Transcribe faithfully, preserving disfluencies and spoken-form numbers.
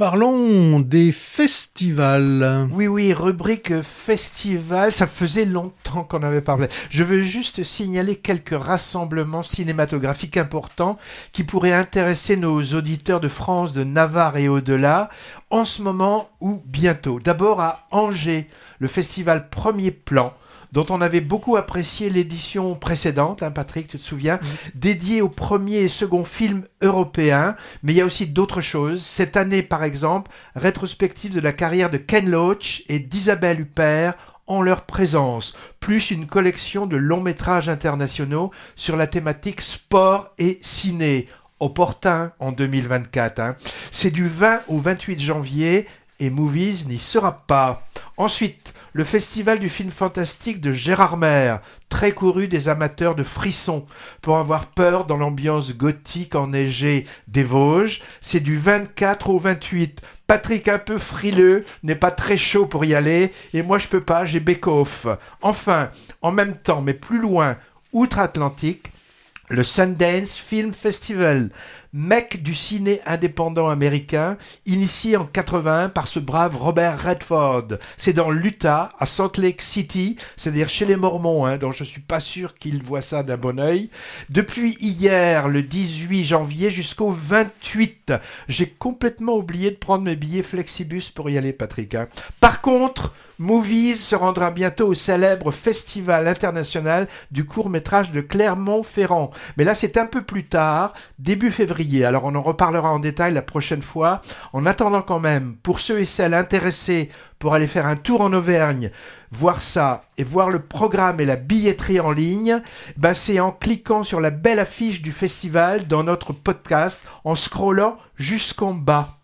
Parlons des festivals. Oui, oui, rubrique festival, ça faisait longtemps qu'on avait parlé. Je veux juste signaler quelques rassemblements cinématographiques importants qui pourraient intéresser nos auditeurs de France, de Navarre et au-delà, en ce moment ou bientôt. D'abord à Angers, le festival Premier Plan, dont on avait beaucoup apprécié l'édition précédente, hein, Patrick, tu te souviens, mmh. dédiée aux premiers et seconds films européens, mais il y a aussi d'autres choses. Cette année, par exemple, rétrospective de la carrière de Ken Loach et d'Isabelle Huppert en leur présence, plus une collection de longs métrages internationaux sur la thématique sport et ciné, opportun en deux mille vingt-quatre. Hein. C'est du vingt au vingt-huit janvier et Movies n'y sera pas. Ensuite, le festival du film fantastique de Gérard Mer, très couru des amateurs de frissons, pour avoir peur dans l'ambiance gothique enneigée des Vosges. C'est du vingt-quatre au vingt-huit. Patrick, un peu frileux, n'est pas très chaud pour y aller, et moi je peux pas, j'ai bake-off. Enfin, en même temps, mais plus loin, outre-Atlantique, le Sundance Film Festival, mec du ciné indépendant américain, initié en quatre-vingt-un par ce brave Robert Redford. C'est dans l'Utah, à Salt Lake City, c'est-à-dire chez les Mormons, hein, dont je suis pas sûr qu'ils voient ça d'un bon œil. Depuis hier, le dix-huit janvier, jusqu'au vingt-huit. J'ai complètement oublié de prendre mes billets Flexibus pour y aller, Patrick. Hein. Par contre, Movies se rendra bientôt au célèbre Festival international du court-métrage de Clermont-Ferrand. Mais là, c'est un peu plus tard, début février. Alors, on en reparlera en détail la prochaine fois. En attendant quand même, pour ceux et celles intéressés pour aller faire un tour en Auvergne, voir ça et voir le programme et la billetterie en ligne, ben c'est en cliquant sur la belle affiche du festival dans notre podcast, en scrollant jusqu'en bas.